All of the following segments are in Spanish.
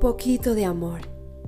poquito de amor.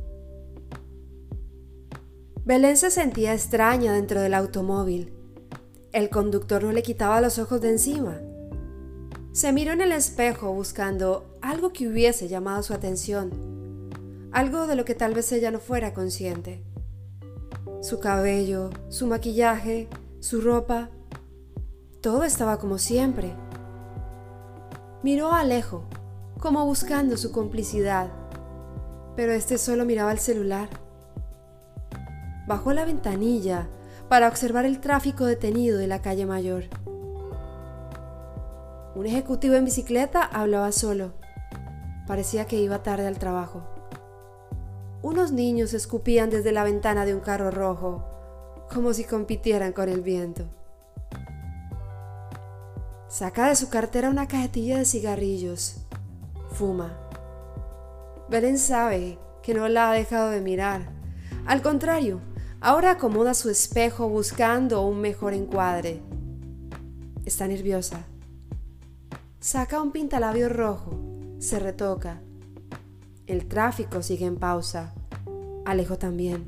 Belén se sentía extraña dentro del automóvil. El conductor no le quitaba los ojos de encima. Se miró en el espejo buscando algo que hubiese llamado su atención, algo de lo que tal vez ella no fuera consciente. Su cabello, su maquillaje, su ropa, todo estaba como siempre. Miró a Alejo, como buscando su complicidad, pero este solo miraba el celular. Bajó la ventanilla para observar el tráfico detenido de la calle Mayor. Un ejecutivo en bicicleta hablaba solo. Parecía que iba tarde al trabajo. Unos niños escupían desde la ventana de un carro rojo, como si compitieran con el viento. Saca de su cartera una cajetilla de cigarrillos. Fuma. Belén sabe que no la ha dejado de mirar. Al contrario, ahora acomoda su espejo buscando un mejor encuadre. Está nerviosa. Saca un pintalabios rojo. Se retoca. El tráfico sigue en pausa. Alejo también.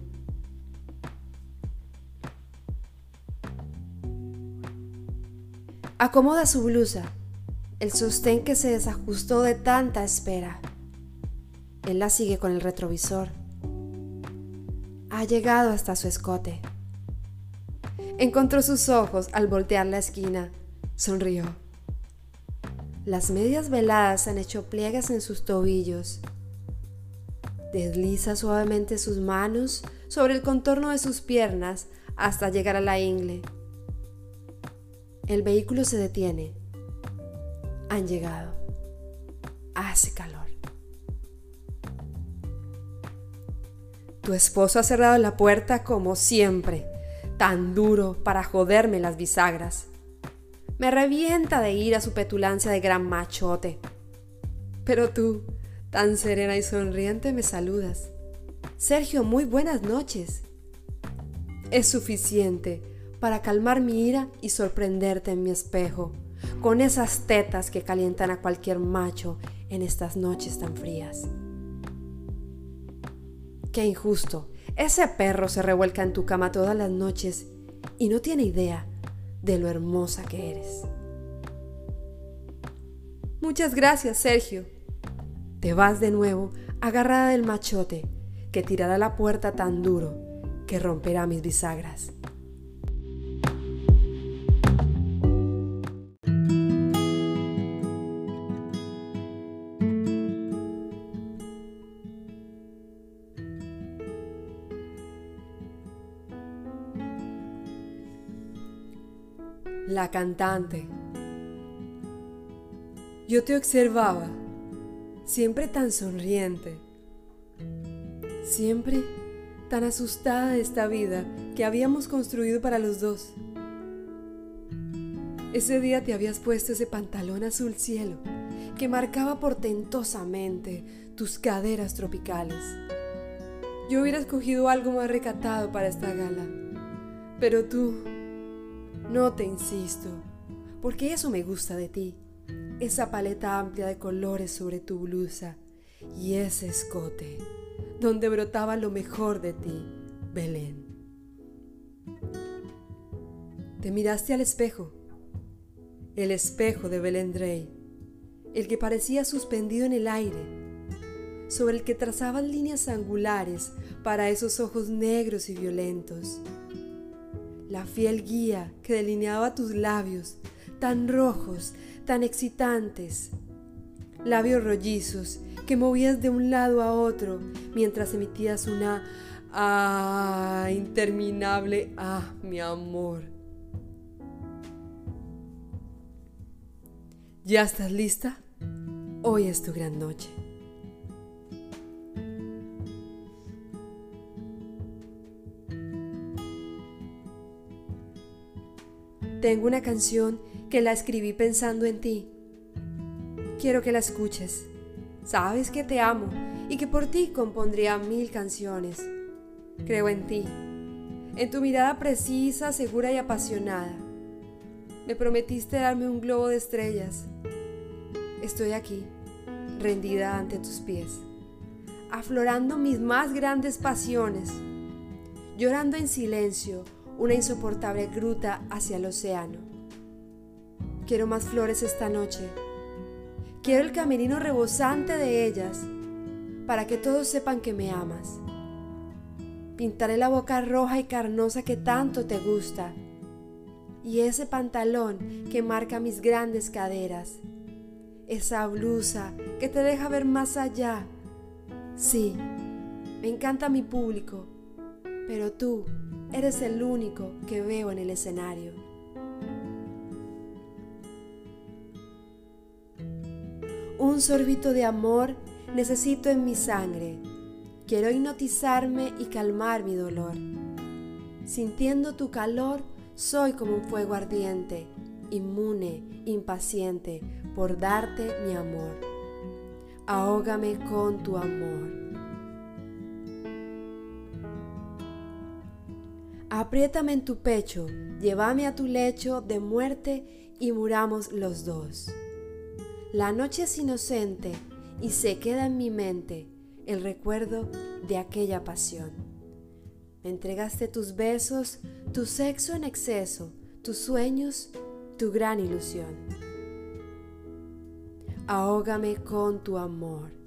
Acomoda su blusa, el sostén que se desajustó de tanta espera. Él la sigue con el retrovisor. Ha llegado hasta su escote. Encontró sus ojos al voltear la esquina. Sonrió. Las medias veladas han hecho pliegues en sus tobillos. Desliza suavemente sus manos sobre el contorno de sus piernas hasta llegar a la ingle. El vehículo se detiene. Han llegado. Hace calor. Tu esposo ha cerrado la puerta como siempre, tan duro para joderme las bisagras. Me revienta de ira su petulancia de gran machote. Pero tú, tan serena y sonriente, me saludas. Sergio, muy buenas noches. Es suficiente para calmar mi ira y sorprenderte en mi espejo, con esas tetas que calientan a cualquier macho en estas noches tan frías. Qué injusto, ese perro se revuelca en tu cama todas las noches y no tiene idea de lo hermosa que eres. Muchas gracias, Sergio. Te vas de nuevo agarrada del machote que tirará la puerta tan duro que romperá mis bisagras. La cantante. Yo te observaba, siempre tan sonriente, siempre tan asustada de esta vida que habíamos construido para los dos. Ese día te habías puesto ese pantalón azul cielo que marcaba portentosamente tus caderas tropicales. Yo hubiera escogido algo más recatado para esta gala, pero tú... No te insisto, porque eso me gusta de ti, esa paleta amplia de colores sobre tu blusa y ese escote, donde brotaba lo mejor de ti, Belén. Te miraste al espejo, el espejo de Belén Drey, el que parecía suspendido en el aire, sobre el que trazabas líneas angulares para esos ojos negros y violentos. La fiel guía que delineaba tus labios, tan rojos, tan excitantes. Labios rollizos que movías de un lado a otro mientras emitías una interminable mi amor. ¿Ya estás lista? Hoy es tu gran noche. Tengo una canción que la escribí pensando en ti. Quiero que la escuches. Sabes que te amo y que por ti compondría 1000 canciones. Creo en ti, en tu mirada precisa, segura y apasionada. Me prometiste darme un globo de estrellas. Estoy aquí, rendida ante tus pies. aflorando mis más grandes pasiones, llorando en silencio una insoportable gruta hacia el océano. Quiero más flores esta noche. Quiero el camerino rebosante de ellas, para que todos sepan que me amas. Pintaré la boca roja y carnosa que tanto te gusta, y ese pantalón que marca mis grandes caderas, esa blusa que te deja ver más allá. Sí, me encanta mi público, pero tú eres el único que veo en el escenario. Un sorbito de amor necesito en mi sangre. Quiero hipnotizarme y calmar mi dolor. Sintiendo tu calor, soy como un fuego ardiente, inmune, impaciente por darte mi amor. Ahógame con tu amor. Apriétame en tu pecho, llévame a tu lecho de muerte y muramos los dos. La noche es inocente y se queda en mi mente el recuerdo de aquella pasión. Me entregaste tus besos, tu sexo en exceso, tus sueños, tu gran ilusión. Ahógame con tu amor.